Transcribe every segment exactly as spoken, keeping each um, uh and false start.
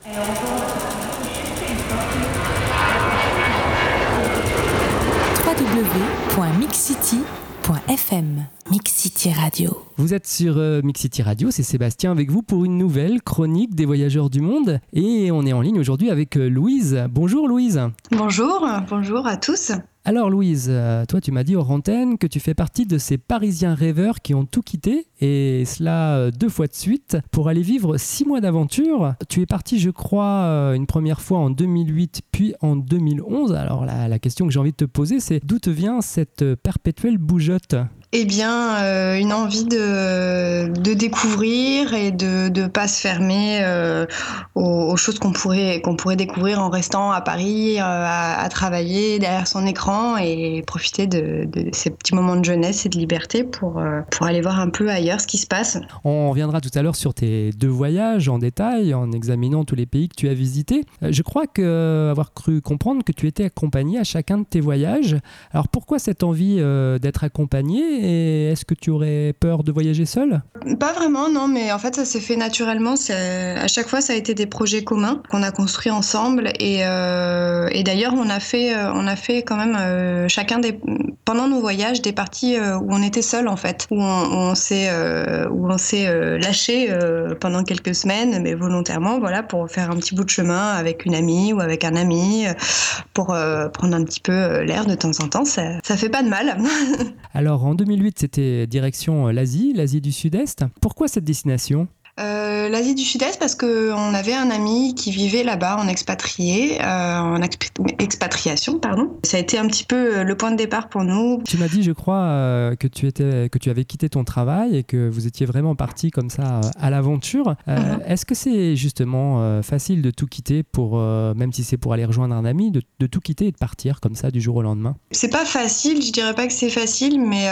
w w w point mixcity point f m. Mixcity Radio. Vous êtes sur euh, Mixcity Radio, c'est Sébastien avec vous pour une nouvelle chronique des voyageurs du monde. Et on est en ligne aujourd'hui avec euh, Louise. Bonjour Louise. Bonjour, bonjour à tous. Alors Louise, euh, toi tu m'as dit hors antenne que tu fais partie de ces Parisiens rêveurs qui ont tout quitté, et cela euh, deux fois de suite, pour aller vivre six mois d'aventure. Tu es partie, je crois, euh, une première fois en deux mille huit, puis en deux mille onze. Alors la, la question que j'ai envie de te poser, c'est d'où te vient cette euh, perpétuelle bougeotte ? Eh bien, euh, une envie de, de découvrir et de ne pas se fermer euh, aux, aux choses qu'on pourrait, qu'on pourrait découvrir en restant à Paris, euh, à, à travailler derrière son écran et profiter de, de ces petits moments de jeunesse et de liberté pour, euh, pour aller voir un peu ailleurs ce qui se passe. On reviendra tout à l'heure sur tes deux voyages en détail, en examinant tous les pays que tu as visités. Je crois que, avoir cru comprendre que tu étais accompagnée à chacun de tes voyages. Alors pourquoi cette envie euh, d'être accompagnée ? Et est-ce que tu aurais peur de voyager seule ? Pas vraiment, non, mais en fait ça s'est fait naturellement. C'est, à chaque fois ça a été des projets communs qu'on a construits ensemble et, euh, et d'ailleurs on a fait, on a fait quand même euh, chacun des, pendant nos voyages des parties euh, où on était seul en fait, où on, où on s'est, euh, où on s'est euh, lâché euh, pendant quelques semaines, mais volontairement, voilà, pour faire un petit bout de chemin avec une amie ou avec un ami, euh, pour euh, prendre un petit peu l'air de temps en temps. Ça, ça fait pas de mal. Alors en deux mille huit, c'était direction l'Asie, l'Asie du Sud-Est. Pourquoi cette destination ? Euh, L'Asie du Sud-Est parce qu'on avait un ami qui vivait là-bas en expatrié, euh, en exp- expatriation, pardon. Ça a été un petit peu le point de départ pour nous. Tu m'as dit, je crois, euh, que, tu étais, que tu avais quitté ton travail et que vous étiez vraiment parti comme ça euh, à l'aventure. Euh, mm-hmm. Est-ce que c'est justement euh, facile de tout quitter, pour, euh, même si c'est pour aller rejoindre un ami, de, de tout quitter et de partir comme ça du jour au lendemain ? C'est pas facile, je dirais pas que c'est facile, mais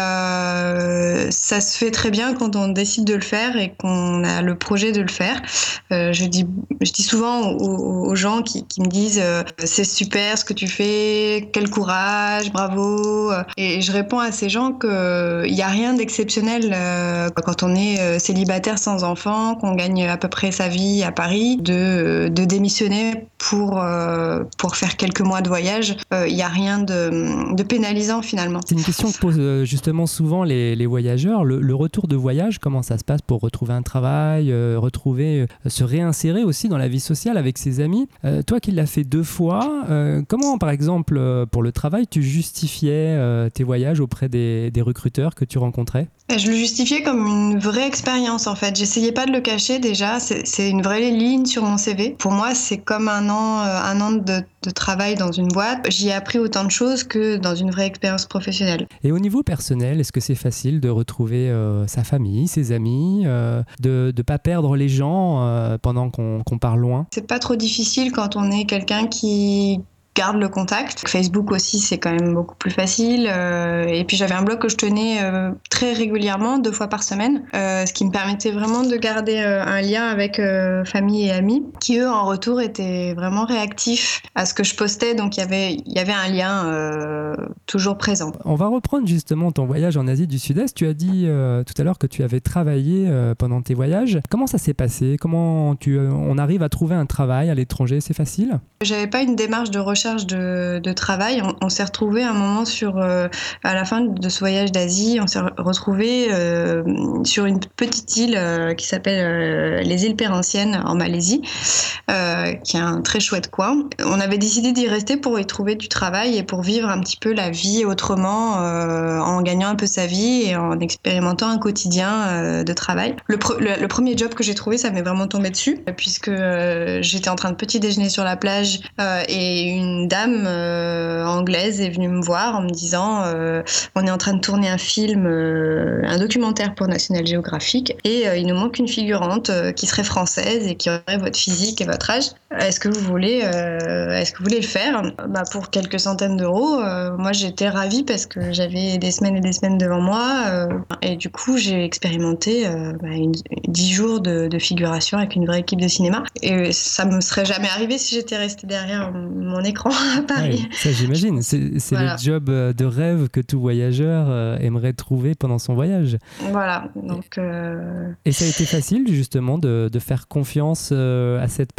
euh, ça se fait très bien quand on décide de le faire et qu'on a le projet de le faire. Euh, je dis, je dis souvent aux, aux gens qui, qui me disent euh, c'est super ce que tu fais, quel courage, bravo. Et je réponds à ces gens qu'il n'y a rien d'exceptionnel euh, quand on est euh, célibataire sans enfant, qu'on gagne à peu près sa vie à Paris, de, de démissionner pour, euh, pour faire quelques mois de voyage. Il euh, n'y a rien de, de pénalisant finalement. C'est une question que posent justement souvent les, les voyageurs. Le, le retour de voyage, comment ça se passe pour retrouver un travail, euh, retrouver, euh, se réinsérer aussi dans la vie sociale avec ses amis. Euh, toi qui l'as fait deux fois, euh, comment par exemple euh, pour le travail tu justifiais euh, tes voyages auprès des, des recruteurs que tu rencontrais ? Je le justifiais comme une vraie expérience en fait. J'essayais pas de le cacher déjà. C'est, c'est une vraie ligne sur mon C V. Pour moi, c'est comme un an, un an de, de travail dans une boîte. J'y ai appris autant de choses que dans une vraie expérience professionnelle. Et au niveau personnel, est-ce que c'est facile de retrouver euh, sa famille, ses amis, euh, de ne pas perdre les gens euh, pendant qu'on, qu'on part loin ? C'est pas trop difficile quand on est quelqu'un qui garde le contact. Facebook aussi, c'est quand même beaucoup plus facile. Euh, et puis j'avais un blog que je tenais euh, très régulièrement, deux fois par semaine, euh, ce qui me permettait vraiment de garder euh, un lien avec euh, famille et amis, qui eux, en retour, étaient vraiment réactifs à ce que je postais. Donc il y avait, il y avait un lien euh, toujours présent. On va reprendre justement ton voyage en Asie du Sud-Est. Tu as dit euh, tout à l'heure que tu avais travaillé euh, pendant tes voyages. Comment ça s'est passé ? Comment tu, euh, on arrive à trouver un travail à l'étranger ? C'est facile ? J'avais pas une démarche de recherche De, de travail. On, on s'est retrouvés un moment sur, euh, à la fin de ce voyage d'Asie, on s'est retrouvés euh, sur une petite île euh, qui s'appelle euh, les îles Périntiennes en Malaisie, euh, qui est un très chouette coin. On avait décidé d'y rester pour y trouver du travail et pour vivre un petit peu la vie autrement, euh, en gagnant un peu sa vie et en expérimentant un quotidien euh, de travail. Le, pre- le, le premier job que j'ai trouvé, ça m'est vraiment tombé dessus, puisque euh, j'étais en train de petit déjeuner sur la plage euh, et une Une dame euh, anglaise est venue me voir en me disant euh, on est en train de tourner un film, euh, un documentaire pour National Geographic et euh, il nous manque une figurante euh, qui serait française et qui aurait votre physique et votre âge. Est-ce que vous voulez, euh, est-ce que vous voulez le faire ? Bah, pour quelques centaines d'euros, euh, moi j'étais ravie parce que j'avais des semaines et des semaines devant moi euh, et du coup j'ai expérimenté euh, bah, une, dix jours de, de figuration avec une vraie équipe de cinéma et ça me serait jamais arrivé si j'étais restée derrière mon écran à Paris. Ouais, ça j'imagine, c'est, c'est voilà. Le job de rêve que tout voyageur euh, aimerait trouver pendant son voyage. Voilà, donc... Euh... Et ça a été facile justement de, de faire confiance euh, à cette personne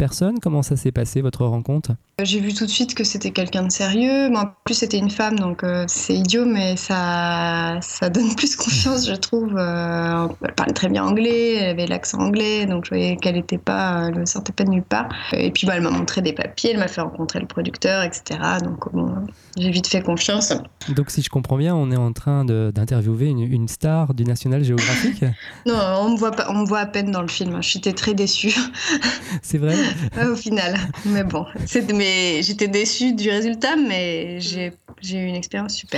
personne. Comment ça s'est passé, votre rencontre ? J'ai vu tout de suite que c'était quelqu'un de sérieux. Mais en plus, c'était une femme, donc euh, c'est idiot, mais ça, ça donne plus confiance, je trouve. Euh, elle parlait très bien anglais, elle avait l'accent anglais, donc je voyais qu'elle était pas, elle ne sortait pas de nulle part. Et puis, bah, elle m'a montré des papiers, elle m'a fait rencontrer le producteur, et cetera. Donc, bon, j'ai vite fait confiance. Donc, si je comprends bien, on est en train de, d'interviewer une, une star du National Geographic ? Non, on me voit pas, on me voit à peine dans le film. J'étais très déçue. C'est vrai ? Au final, mais bon, c'est, mais j'étais déçue du résultat, mais j'ai, j'ai eu une expérience super.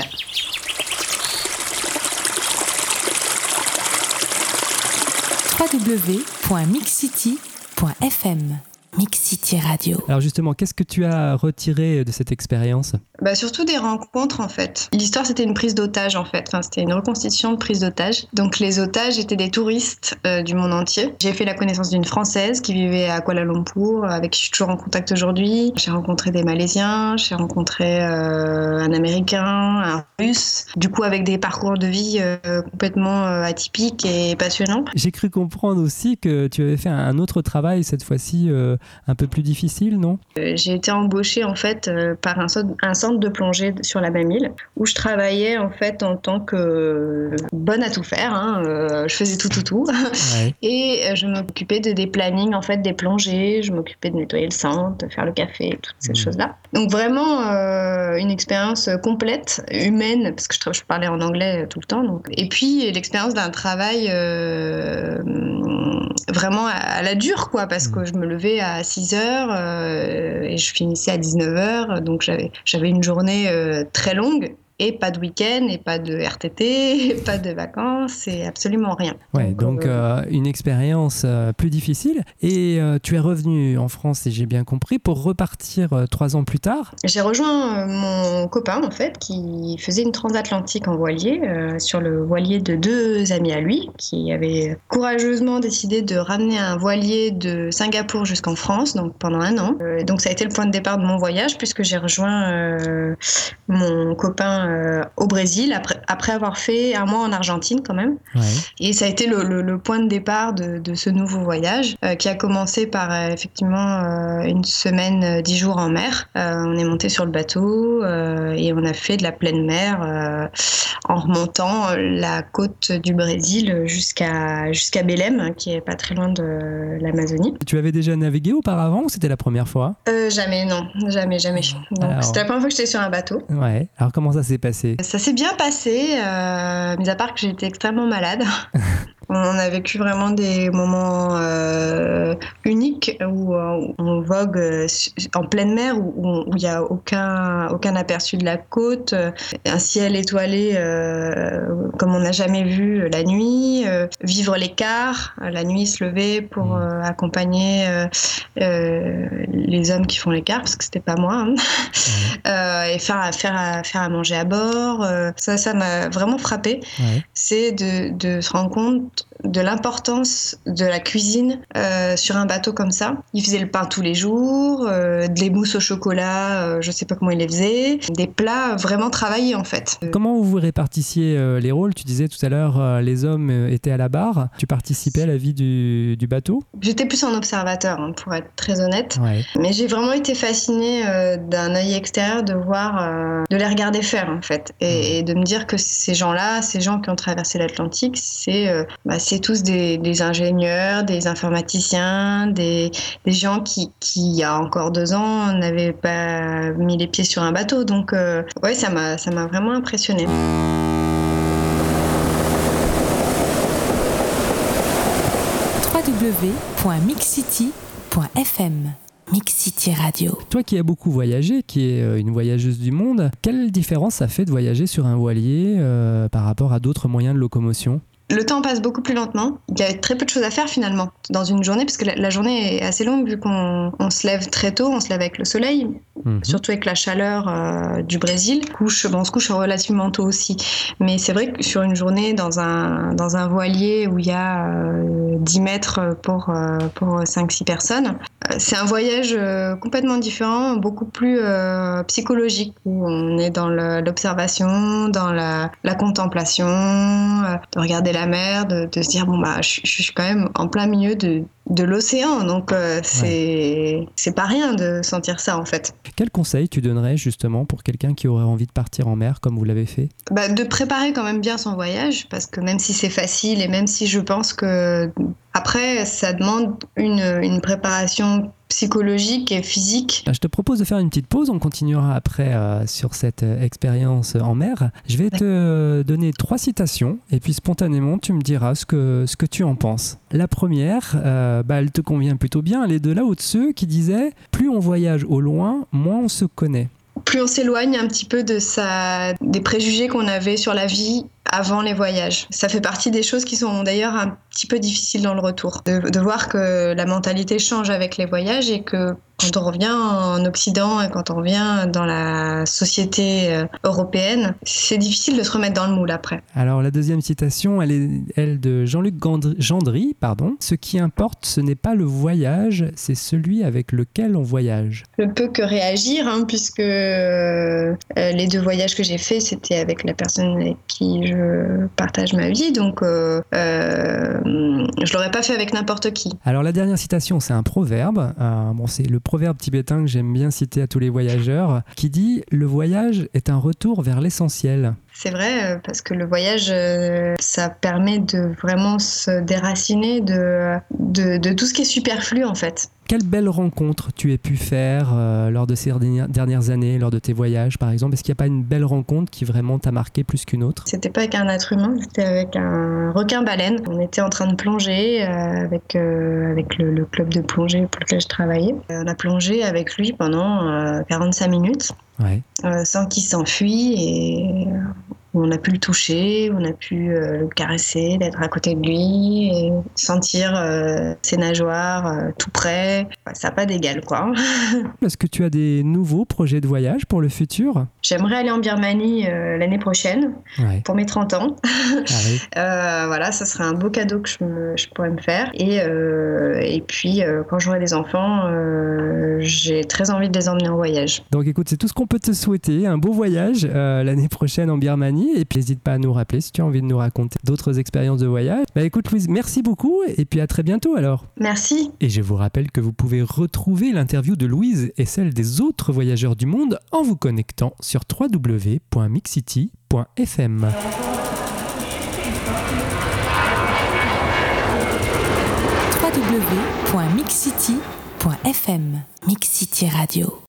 w w w point mixcity point f m Mixcity Radio. Alors justement, qu'est-ce que tu as retiré de cette expérience ? Bah surtout des rencontres en fait. L'histoire c'était une prise d'otage en fait, enfin, c'était une reconstitution de prise d'otage. Donc les otages étaient des touristes euh, du monde entier. J'ai fait la connaissance d'une Française qui vivait à Kuala Lumpur, avec qui je suis toujours en contact aujourd'hui. J'ai rencontré des Malaisiens, j'ai rencontré euh, un Américain, un Russe, du coup avec des parcours de vie euh, complètement euh, atypiques et passionnants. J'ai cru comprendre aussi que tu avais fait un autre travail cette fois-ci euh, un peu plus difficile, non ? euh, J'ai été embauchée en fait euh, par un, so- un centre de plongée sur la même île où je travaillais en fait en tant que bonne à tout faire. Hein, euh, je faisais tout, tout, tout. Ouais. Et euh, je m'occupais de, des plannings en fait des plongées. Je m'occupais de nettoyer le centre, de faire le café, toutes ces Mmh. choses-là. Donc vraiment euh, une expérience complète, humaine, parce que je, je parlais en anglais tout le temps. Donc. Et puis l'expérience d'un travail euh, vraiment à, à la dure, quoi, parce Mmh. que je me levais à six heures euh, et je finissais à dix-neuf heures. Donc j'avais, j'avais une journée euh, très longue et pas de week-end et pas de R T T, et pas de vacances et absolument rien. Ouais, donc euh, une expérience euh, plus difficile. Et euh, tu es revenu en France, si j'ai bien compris, pour repartir euh, trois ans plus tard. J'ai rejoint euh, mon copain en fait qui faisait une transatlantique en voilier euh, sur le voilier de deux amis à lui qui avaient courageusement décidé de ramener un voilier de Singapour jusqu'en France, donc pendant un an. Euh, donc ça a été le point de départ de mon voyage puisque j'ai rejoint euh, mon copain euh, au Brésil après, après avoir fait un mois en Argentine quand même. Ouais. Et ça a été le, le, le point de départ de, de ce nouveau voyage euh, qui a commencé par euh, effectivement euh, une semaine, euh, dix jours en mer. Euh, on est monté sur le bateau euh, et on a fait de la pleine mer euh, en remontant la côte du Brésil jusqu'à, jusqu'à Belém, hein, qui est pas très loin de l'Amazonie. Tu avais déjà navigué auparavant ou c'était la première fois ? Euh, jamais, non, jamais, jamais. Donc, Alors... c'était la première fois que j'étais sur un bateau. Ouais. Alors comment ça s'est passé ? Ça s'est bien passé, euh, mis à part que j'étais extrêmement malade. On a vécu vraiment des moments euh, uniques où, où on vogue euh, en pleine mer, où il n'y a aucun, aucun aperçu de la côte, un ciel étoilé euh, comme on n'a jamais vu la nuit, euh, vivre l'écart, la nuit se lever pour euh, accompagner euh, euh, les hommes qui font l'écart, parce que c'était pas moi, hein. euh, et faire, faire, faire à manger à bord. Euh, ça, ça m'a vraiment frappée. Ouais. C'est de, de se rendre compte de l'importance de la cuisine euh, sur un bateau comme ça. Il faisait le pain tous les jours, euh, des mousses au chocolat, euh, je sais pas comment il les faisait, des plats vraiment travaillés en fait. Comment vous répartissiez euh, les rôles ? Tu disais tout à l'heure, euh, les hommes euh, étaient à la barre. Tu participais à la vie du, du bateau ? J'étais plus en observateur, hein, pour être très honnête. Ouais. Mais j'ai vraiment été fascinée euh, d'un œil extérieur de voir, euh, de les regarder faire en fait, et, et de me dire que ces gens-là, ces gens qui ont traversé l'Atlantique, c'est euh, bah, c'est tous des, des ingénieurs, des informaticiens, des, des gens qui, qui, il y a encore deux ans, n'avaient pas mis les pieds sur un bateau. Donc, euh, ouais, ça m'a, ça m'a vraiment impressionnée. w w w point mixcity point f m Mixcity Radio. Toi qui as beaucoup voyagé, qui es une voyageuse du monde, quelle différence ça fait de voyager sur un voilier euh, par rapport à d'autres moyens de locomotion ? Le temps passe beaucoup plus lentement. Il y a très peu de choses à faire finalement dans une journée, parce que la, la journée est assez longue vu qu'on on se lève très tôt, on se lève avec le soleil, mmh. surtout avec la chaleur euh, du Brésil. Couche, bon, on se couche relativement tôt aussi. Mais c'est vrai que sur une journée dans un, dans un voilier où il y a euh, dix mètres pour, euh, pour cinq six personnes, euh, c'est un voyage euh, complètement différent, beaucoup plus euh, psychologique, où on est dans le, l'observation, dans la, la contemplation, euh, de regarder la mer, de, de se dire bon bah je, je suis quand même en plein milieu de de l'océan. Donc euh, c'est ouais. c'est pas rien de sentir ça en fait. Quel conseil tu donnerais justement pour quelqu'un qui aurait envie de partir en mer comme vous l'avez fait ? Bah, de préparer quand même bien son voyage, parce que même si c'est facile et même si je pense que après ça demande une, une préparation psychologique et physique. Je te propose de faire une petite pause, on continuera après euh, sur cette euh, expérience en mer. Je vais te euh, donner trois citations et puis spontanément tu me diras ce que, ce que tu en penses. La première, euh, bah, elle te convient plutôt bien, elle est de Lao Tzu qui disait « Plus on voyage au loin, moins on se connaît ». Plus on s'éloigne un petit peu de sa... des préjugés qu'on avait sur la vie avant les voyages. Ça fait partie des choses qui sont d'ailleurs un petit peu difficiles dans le retour. De, de voir que la mentalité change avec les voyages et que quand on revient en Occident et quand on revient dans la société européenne, c'est difficile de se remettre dans le moule après. Alors la deuxième citation, elle est elle de Jean-Luc Gendry, pardon. Ce qui importe, ce n'est pas le voyage, c'est celui avec lequel on voyage. Je ne peux que réagir, hein, puisque euh, les deux voyages que j'ai faits, c'était avec la personne avec qui je partage ma vie, donc euh, euh, je l'aurais pas fait avec n'importe qui. Alors la dernière citation, c'est un proverbe. Euh, bon, c'est le proverbe tibétain que j'aime bien citer à tous les voyageurs, qui dit « Le voyage est un retour vers l'essentiel ». C'est vrai, parce que le voyage, ça permet de vraiment se déraciner de, de, de tout ce qui est superflu en fait. Quelle belle rencontre tu as pu faire euh, lors de ces dernières années, lors de tes voyages par exemple ? Est-ce qu'il n'y a pas une belle rencontre qui vraiment t'a marqué plus qu'une autre ? C'était pas avec un être humain, c'était avec un requin-baleine. On était en train de plonger euh, avec, euh, avec le, le club de plongée pour lequel je travaillais. On a plongé avec lui pendant euh, quarante-cinq minutes, ouais. euh, sans qu'il s'enfuit et... On a pu le toucher, on a pu euh, le caresser, d'être à côté de lui et sentir euh, ses nageoires euh, tout près. Ça n'a pas d'égal, quoi. Est-ce que tu as des nouveaux projets de voyage pour le futur ? J'aimerais aller en Birmanie euh, l'année prochaine, ouais. pour mes trente ans. Ah oui. euh, voilà, ça serait un beau cadeau que je, me, je pourrais me faire. Et, euh, et puis, euh, quand j'aurai des enfants, euh, j'ai très envie de les emmener en voyage. Donc écoute, c'est tout ce qu'on peut te souhaiter. Un beau voyage euh, l'année prochaine en Birmanie. Et puis n'hésite pas à nous rappeler si tu as envie de nous raconter d'autres expériences de voyage. Bah écoute Louise, merci beaucoup et puis à très bientôt alors. Merci. Et je vous rappelle que vous pouvez retrouver l'interview de Louise et celle des autres voyageurs du monde en vous connectant sur w w w point mixcity point f m. w w w point mixcity point f m. Mixcity Radio.